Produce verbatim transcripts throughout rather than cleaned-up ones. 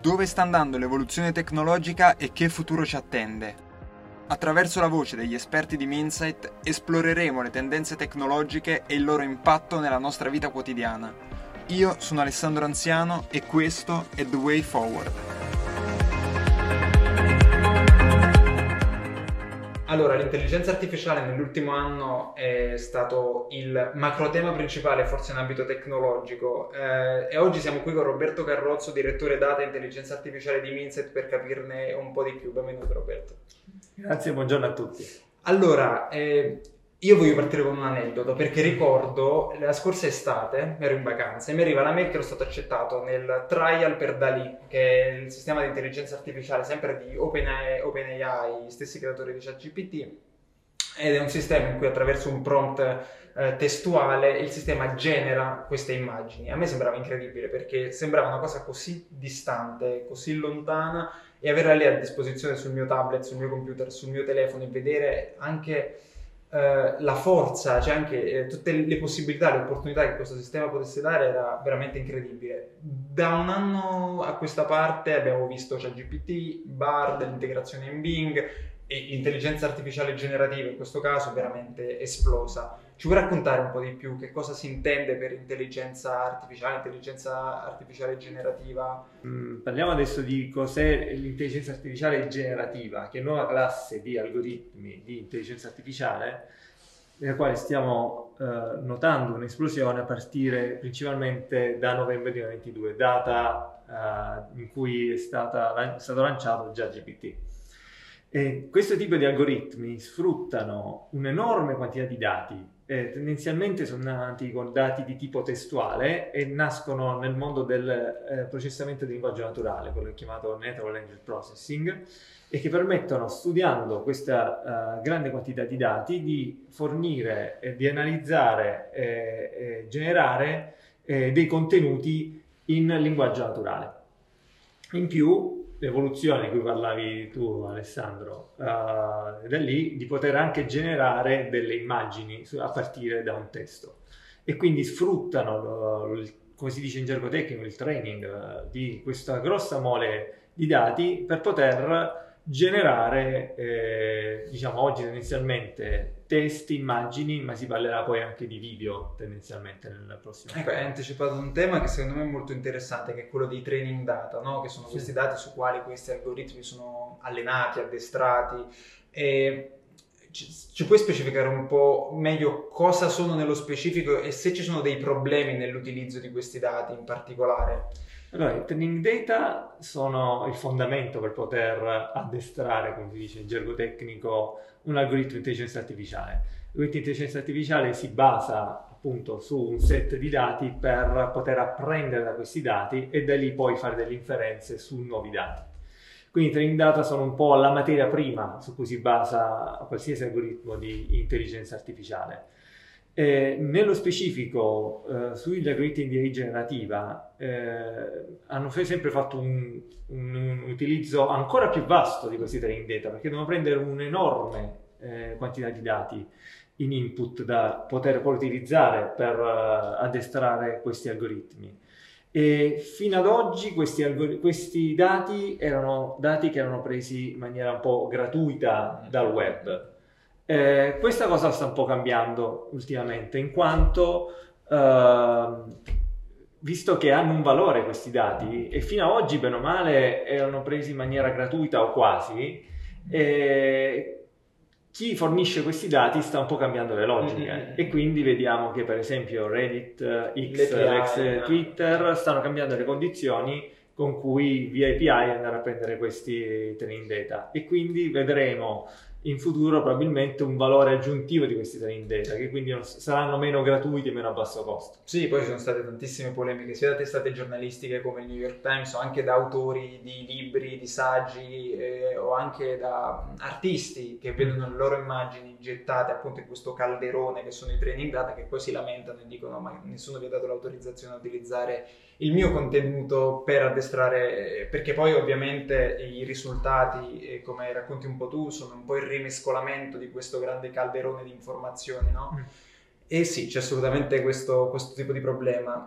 Dove sta andando l'evoluzione tecnologica e che futuro ci attende? Attraverso la voce degli esperti di Minsight esploreremo le tendenze tecnologiche e il loro impatto nella nostra vita quotidiana. Io sono Alessandro Anziano e questo è The Way Forward. Allora, l'intelligenza artificiale nell'ultimo anno è stato il macro tema principale, forse in ambito tecnologico, eh, e oggi siamo qui con Roberto Carrozzo, direttore data e intelligenza artificiale di Minsight, per capirne un po' di più. Benvenuto Roberto. Grazie, buongiorno a tutti. Allora, eh, io voglio partire con un aneddoto, perché ricordo la scorsa estate, ero in vacanza e mi arriva la mail che ero stato accettato nel trial per DALL-E, che è il sistema di intelligenza artificiale sempre di OpenAI, OpenAI, gli stessi creatori di ChatGPT, ed è un sistema in cui attraverso un prompt eh, testuale il sistema genera queste immagini. A me sembrava incredibile, perché sembrava una cosa così distante, così lontana, e averla lì a disposizione sul mio tablet, sul mio computer, sul mio telefono, e vedere anche Uh, la forza, cioè anche eh, tutte le possibilità, le opportunità che questo sistema potesse dare, era veramente incredibile. Da un anno a questa parte abbiamo visto ChatGPT, Bard, l'integrazione in Bing e l'intelligenza artificiale generativa in questo caso veramente esplosa. Ci vuoi raccontare un po' di più che cosa si intende per intelligenza artificiale, intelligenza artificiale generativa? Mm, parliamo adesso di cos'è l'intelligenza artificiale generativa, che è una nuova classe di algoritmi di intelligenza artificiale nella quale stiamo eh, notando un'esplosione a partire principalmente da novembre duemilaventidue, data eh, in cui è, stata, è stato lanciato già G P T. E questo tipo di algoritmi sfruttano un'enorme quantità di dati, eh, tendenzialmente sono nati con dati di tipo testuale e nascono nel mondo del eh, processamento di linguaggio naturale, quello che è chiamato Natural Language Processing, e che permettono, studiando questa uh, grande quantità di dati, di fornire, eh, di analizzare e eh, eh, generare eh, dei contenuti in linguaggio naturale. In più, l'evoluzione di cui parlavi tu, Alessandro, uh, da lì di poter anche generare delle immagini a partire da un testo, e quindi sfruttano, lo, lo, come si dice in gergo tecnico, il training uh, di questa grossa mole di dati per poter generare, eh, diciamo oggi tendenzialmente testi, immagini, ma si parlerà poi anche di video tendenzialmente nel prossimo. Ecco, hai anticipato un tema che secondo me è molto interessante, che è quello dei training data, no? Che sono questi dati su quali questi algoritmi sono allenati, addestrati. E ci, ci puoi specificare un po' meglio cosa sono nello specifico e se ci sono dei problemi nell'utilizzo di questi dati in particolare? Allora, i training data sono il fondamento per poter addestrare, come si dice in gergo tecnico, un algoritmo di intelligenza artificiale. L'algoritmo di intelligenza artificiale si basa appunto su un set di dati per poter apprendere da questi dati e da lì poi fare delle inferenze su nuovi dati. Quindi i training data sono un po' la materia prima su cui si basa qualsiasi algoritmo di intelligenza artificiale. Eh, nello specifico, eh, sugli algoritmi di A I generativa eh, hanno sempre fatto un, un, un utilizzo ancora più vasto di questi training data, perché devono prendere un'enorme eh, quantità di dati in input da poter poi utilizzare per uh, addestrare questi algoritmi. E fino ad oggi questi, questi dati erano dati che erano presi in maniera un po' gratuita dal web. Eh, questa cosa sta un po' cambiando ultimamente, in quanto eh, visto che hanno un valore questi dati, e fino ad oggi bene o male erano presi in maniera gratuita o quasi, eh, chi fornisce questi dati sta un po' cambiando le logiche, mm-hmm. e quindi vediamo che per esempio Reddit, X, l'ex Twitter stanno cambiando le condizioni con cui via A P I andare a prendere questi training data, e quindi vedremo in futuro probabilmente un valore aggiuntivo di questi training data, che quindi saranno meno gratuiti e meno a basso costo. Sì, poi ci sono state tantissime polemiche sia da testate giornalistiche come il New York Times, o anche da autori di libri, di saggi, eh, o anche da artisti che vedono le loro immagini gettate appunto in questo calderone che sono i training data, che poi si lamentano e dicono ma nessuno vi ha dato l'autorizzazione a utilizzare il mio contenuto per addestrare, perché poi ovviamente i risultati, eh, come racconti un po' tu, sono un po' il rimescolamento di questo grande calderone di informazioni, no? Mm. E sì, c'è assolutamente questo, questo tipo di problema.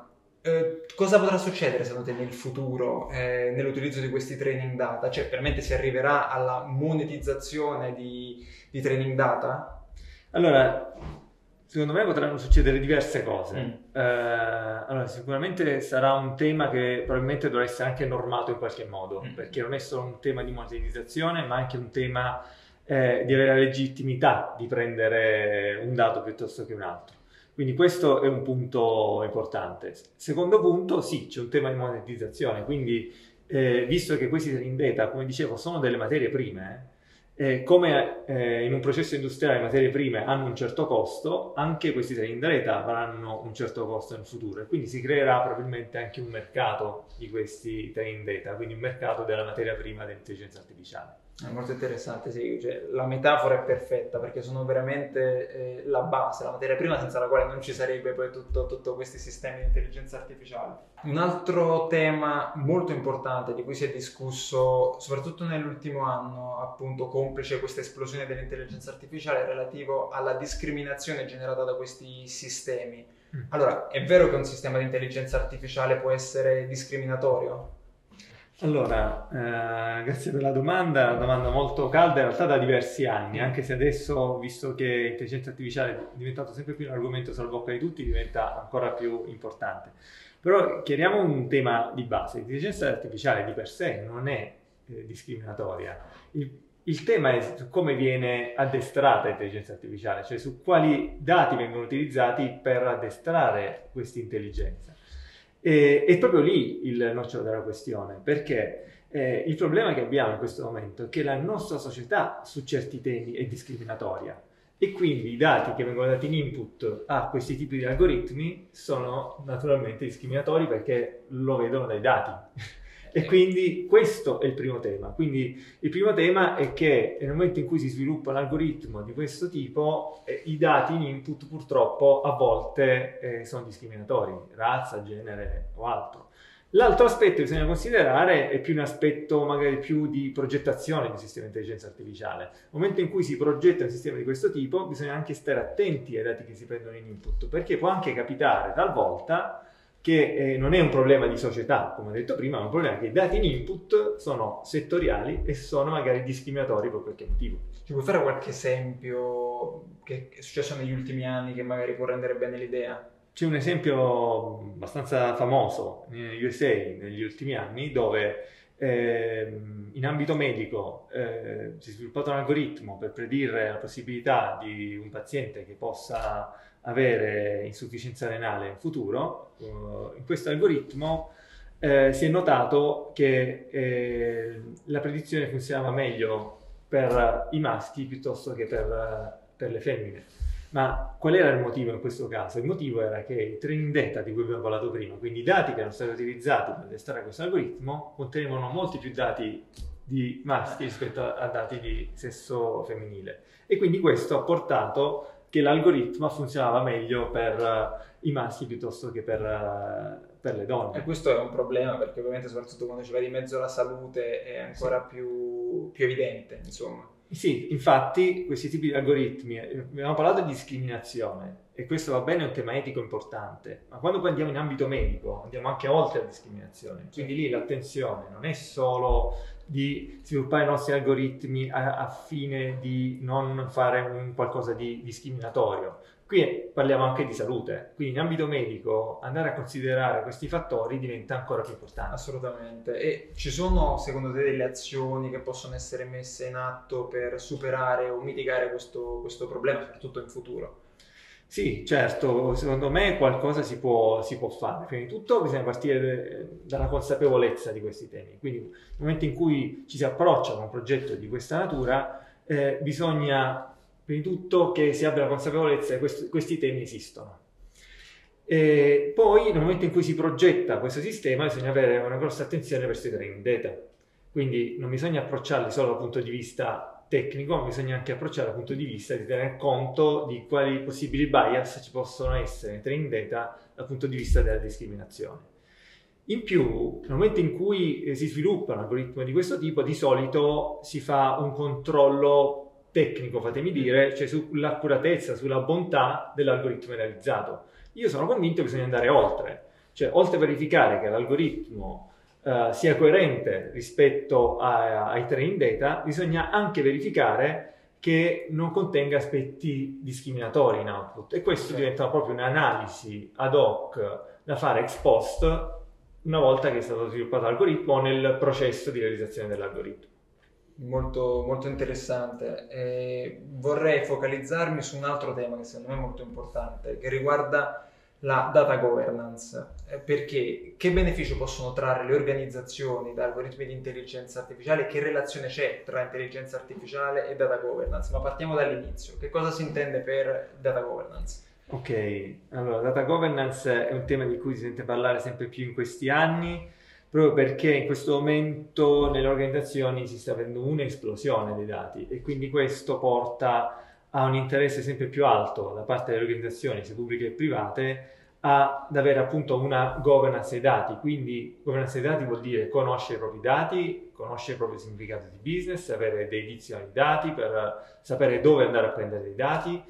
eh, cosa potrà succedere secondo te nel futuro eh, nell'utilizzo di questi training data? Cioè, veramente si arriverà alla monetizzazione di, di training data? Allora, secondo me potranno succedere diverse cose. Mm. Eh, allora, sicuramente sarà un tema che probabilmente dovrà essere anche normato in qualche modo, Mm. perché non è solo un tema di monetizzazione, ma anche un tema eh, di avere la legittimità di prendere un dato piuttosto che un altro. Quindi questo è un punto importante. Secondo punto, sì, c'è un tema di monetizzazione, quindi eh, visto che questi training data, come dicevo, sono delle materie prime, eh, come eh, in un processo industriale le materie prime hanno un certo costo, anche questi training data avranno un certo costo nel futuro e quindi si creerà probabilmente anche un mercato di questi training data, quindi un mercato della materia prima dell'intelligenza artificiale. È molto interessante, sì, cioè, la metafora è perfetta perché sono veramente eh, la base, la materia prima senza la quale non ci sarebbe poi tutto, tutto questi sistemi di intelligenza artificiale. Un altro tema molto importante di cui si è discusso soprattutto nell'ultimo anno, appunto complice questa esplosione dell'intelligenza artificiale, è relativo alla discriminazione generata da questi sistemi. Allora, è vero che un sistema di intelligenza artificiale può essere discriminatorio? Allora, eh, grazie per la domanda, una domanda molto calda in realtà da diversi anni, anche se adesso, visto che l'intelligenza artificiale è diventato sempre più un argomento sulla bocca di tutti, diventa ancora più importante. Però chiariamo un tema di base: l'intelligenza artificiale di per sé non è eh, discriminatoria. Il, il tema è su come viene addestrata l'intelligenza artificiale, cioè su quali dati vengono utilizzati per addestrare questa intelligenza. E, è proprio lì il nocciolo della questione, perché eh, il problema che abbiamo in questo momento è che la nostra società su certi temi è discriminatoria e quindi i dati che vengono dati in input a questi tipi di algoritmi sono naturalmente discriminatori perché lo vedono dai dati. E quindi questo è il primo tema. Quindi il primo tema è che nel momento in cui si sviluppa un algoritmo di questo tipo, eh, i dati in input purtroppo a volte eh, sono discriminatori, razza, genere o altro. L'altro aspetto che bisogna considerare è più un aspetto magari più di progettazione di un sistema di intelligenza artificiale. Nel momento in cui si progetta un sistema di questo tipo, bisogna anche stare attenti ai dati che si prendono in input, perché può anche capitare talvolta che eh, non è un problema di società, come ho detto prima, ma è un problema che i dati in input sono settoriali e sono magari discriminatori per qualche motivo. Ci puoi fare qualche esempio che è successo negli ultimi anni che magari può rendere bene l'idea? C'è un esempio abbastanza famoso negli U S A negli ultimi anni dove eh, in ambito medico eh, si è sviluppato un algoritmo per predire la possibilità di un paziente che possa avere insufficienza renale in futuro. Uh, in questo algoritmo eh, si è notato che eh, la predizione funzionava meglio per i maschi piuttosto che per, per le femmine. Ma qual era il motivo in questo caso? Il motivo era che i training data di cui abbiamo parlato prima, quindi i dati che erano stati utilizzati per addestrare questo algoritmo, contenevano molti più dati di maschi rispetto a, a dati di sesso femminile. E quindi questo ha portato che l'algoritmo funzionava meglio per uh, i maschi piuttosto che per, uh, per le donne. E questo è un problema perché ovviamente soprattutto quando ci va di mezzo la salute è ancora sì. più, più evidente, insomma. Sì, infatti questi tipi di algoritmi, abbiamo parlato di discriminazione e questo va bene, è un tema etico importante, ma quando poi andiamo in ambito medico andiamo anche oltre la discriminazione, quindi lì l'attenzione non è solo di sviluppare i nostri algoritmi a, a fine di non fare un qualcosa di discriminatorio. Qui parliamo anche di salute, quindi in ambito medico andare a considerare questi fattori diventa ancora più importante. Assolutamente. E ci sono secondo te delle azioni che possono essere messe in atto per superare o mitigare questo, questo problema, soprattutto in futuro? Sì, certo, secondo me qualcosa si può, si può fare. Prima di tutto bisogna partire dalla consapevolezza di questi temi, quindi nel momento in cui ci si approccia a un progetto di questa natura eh, bisogna prima di tutto che si abbia la consapevolezza che questi, questi temi esistono. E poi nel momento in cui si progetta questo sistema bisogna avere una grossa attenzione verso i training data, quindi non bisogna approcciarli solo dal punto di vista tecnico, ma bisogna anche approcciare dal punto di vista di tener conto di quali possibili bias ci possono essere nei training data dal punto di vista della discriminazione. In più, nel momento in cui eh, si sviluppa un algoritmo di questo tipo, di solito si fa un controllo tecnico, fatemi dire, cioè sull'accuratezza, sulla bontà dell'algoritmo realizzato. Io sono convinto che bisogna andare oltre, Cioè, oltre a verificare che l'algoritmo uh, sia coerente rispetto a, ai training data, bisogna anche verificare che non contenga aspetti discriminatori in output, e questo okay. diventa proprio un'analisi ad hoc da fare ex post una volta che è stato sviluppato l'algoritmo nel processo di realizzazione dell'algoritmo. Molto, molto interessante. E vorrei focalizzarmi su un altro tema che secondo me è molto importante, che riguarda la data governance, perché che beneficio possono trarre le organizzazioni da algoritmi di intelligenza artificiale, che relazione c'è tra intelligenza artificiale e data governance? Ma partiamo dall'inizio, che cosa si intende per data governance? Ok, allora data governance è un tema di cui si sente parlare sempre più in questi anni, proprio perché in questo momento nelle organizzazioni si sta avendo un'esplosione dei dati, e quindi questo porta a un interesse sempre più alto da parte delle organizzazioni, sia pubbliche che private, ad avere appunto una governance dei dati. Quindi governance dei dati vuol dire conoscere i propri dati, conoscere il proprio significato di business, avere dei dizionari di dati per sapere dove andare a prendere dei dati,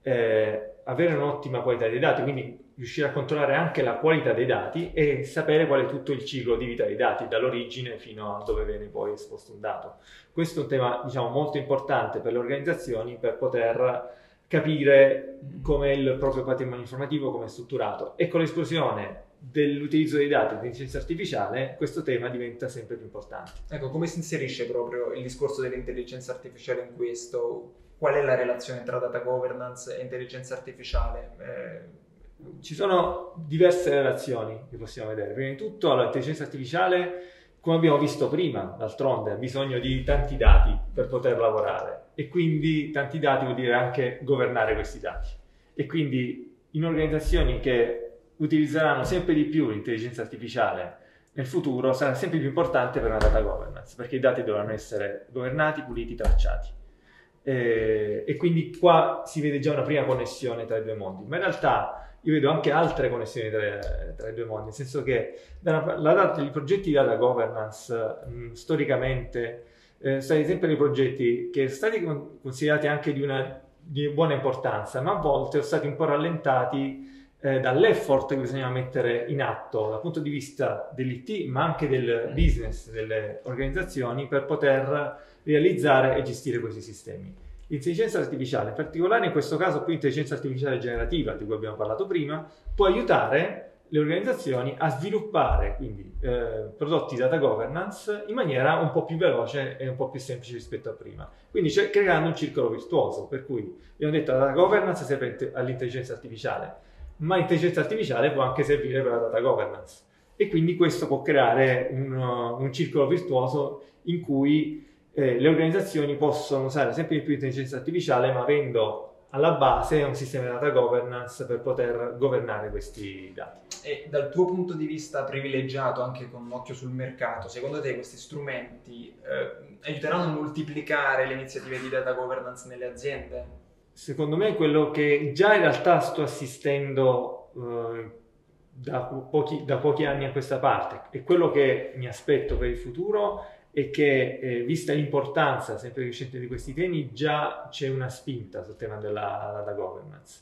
eh, avere un'ottima qualità dei dati, quindi riuscire a controllare anche la qualità dei dati e sapere qual è tutto il ciclo di vita dei dati, dall'origine fino a dove viene poi esposto un dato. Questo è un tema, diciamo, molto importante per le organizzazioni per poter capire com'è il proprio patrimonio informativo, come è strutturato, e con l'esplosione dell'utilizzo dei dati di intelligenza artificiale questo tema diventa sempre più importante. Ecco, come si inserisce proprio il discorso dell'intelligenza artificiale in questo? Qual è la relazione tra data governance e intelligenza artificiale? Eh... Ci sono diverse relazioni che possiamo vedere. Prima di tutto, l'intelligenza artificiale, come abbiamo visto prima, d'altronde ha bisogno di tanti dati per poter lavorare, e quindi tanti dati vuol dire anche governare questi dati. E quindi in organizzazioni che utilizzeranno sempre di più l'intelligenza artificiale nel futuro sarà sempre più importante per una data governance, perché i dati dovranno essere governati, puliti, tracciati. E, e quindi qua si vede già una prima connessione tra i due mondi, ma in realtà io vedo anche altre connessioni tra, tra i due mondi, nel senso che la, la, i progetti di data governance mh, storicamente eh, sono stati sempre dei progetti che sono stati con, considerati anche di una di buona importanza, ma a volte sono stati un po' rallentati eh, dall'effort che bisogna mettere in atto dal punto di vista dell'I T, ma anche del business delle organizzazioni, per poter realizzare e gestire questi sistemi. L'intelligenza artificiale, in particolare in questo caso qui intelligenza artificiale generativa, di cui abbiamo parlato prima, può aiutare le organizzazioni a sviluppare quindi eh, prodotti data governance in maniera un po' più veloce e un po' più semplice rispetto a prima. Quindi cioè, creando un circolo virtuoso, per cui abbiamo detto che la data governance serve all'intelligenza artificiale, ma l'intelligenza artificiale può anche servire per la data governance, e quindi questo può creare un, un circolo virtuoso in cui Eh, le organizzazioni possono usare sempre di più l'intelligenza artificiale, ma avendo alla base un sistema di data governance per poter governare questi dati. E dal tuo punto di vista privilegiato, anche con un occhio sul mercato, secondo te questi strumenti eh, aiuteranno a moltiplicare le iniziative di data governance nelle aziende? Secondo me quello che già in realtà sto assistendo eh, da, pochi, da pochi anni a questa parte, e quello che mi aspetto per il futuro, e che, eh, vista l'importanza sempre crescente di questi temi, già c'è una spinta sul tema della data governance.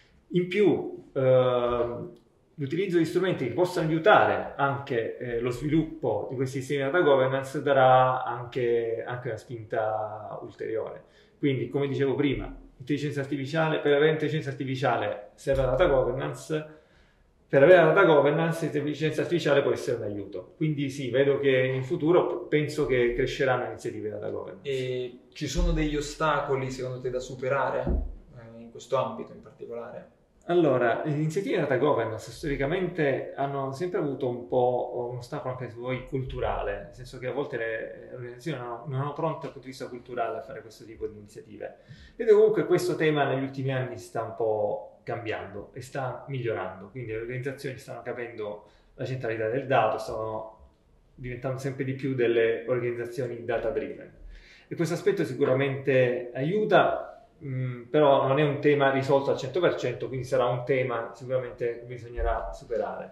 In più, eh, l'utilizzo di strumenti che possano aiutare anche eh, lo sviluppo di questi sistemi di data governance darà anche, anche una spinta ulteriore. Quindi, come dicevo prima, intelligenza artificiale, per avere intelligenza artificiale serve la data governance. Per avere la data governance, l'intelligenza artificiale può essere un aiuto. Quindi sì, vedo che in futuro penso che cresceranno iniziative data governance. E ci sono degli ostacoli secondo te da superare eh, in questo ambito in particolare? Allora, le iniziative data governance storicamente hanno sempre avuto un po' un ostacolo anche su voi culturale, nel senso che a volte le organizzazioni non, non sono pronte dal punto di vista culturale a fare questo tipo di iniziative. Vedo comunque questo tema negli ultimi anni sta un po' cambiando e sta migliorando, quindi le organizzazioni stanno capendo la centralità del dato, stanno diventando sempre di più delle organizzazioni data driven, e questo aspetto sicuramente aiuta. Mm, però non è un tema risolto al cento per cento, quindi sarà un tema sicuramente che bisognerà superare.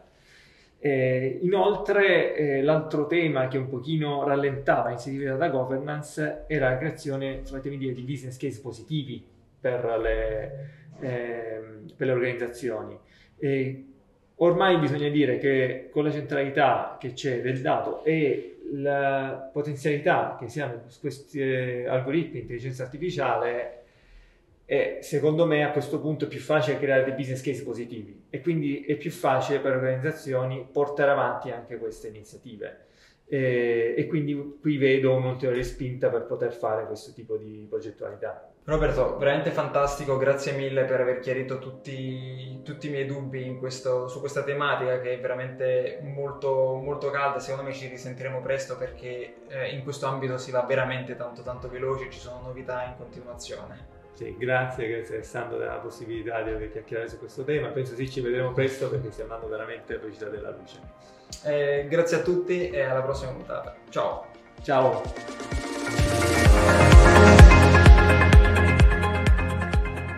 Eh, inoltre eh, l'altro tema che un pochino rallentava l'iniziativa della governance era la creazione, fatemi dire, di business case positivi per le, eh, per le organizzazioni. E ormai bisogna dire che con la centralità che c'è del dato e la potenzialità che si hanno questi eh, algoritmi di intelligenza artificiale, è secondo me a questo punto è più facile creare dei business case positivi e quindi è più facile per organizzazioni portare avanti anche queste iniziative. E, e quindi qui vedo un'ulteriore spinta per poter fare questo tipo di progettualità. Roberto, veramente fantastico, grazie mille per aver chiarito tutti, tutti i miei dubbi in questo, su questa tematica che è veramente molto, molto calda. Secondo me ci risentiremo presto perché eh, in questo ambito si va veramente tanto tanto veloce, ci sono novità in continuazione. Sì, grazie, grazie Alessandro della possibilità di aver chiacchierato su questo tema. Penso sì, ci vedremo presto perché stiamo andando veramente a velocità della luce. Eh, grazie a tutti e alla prossima puntata. Ciao! Ciao!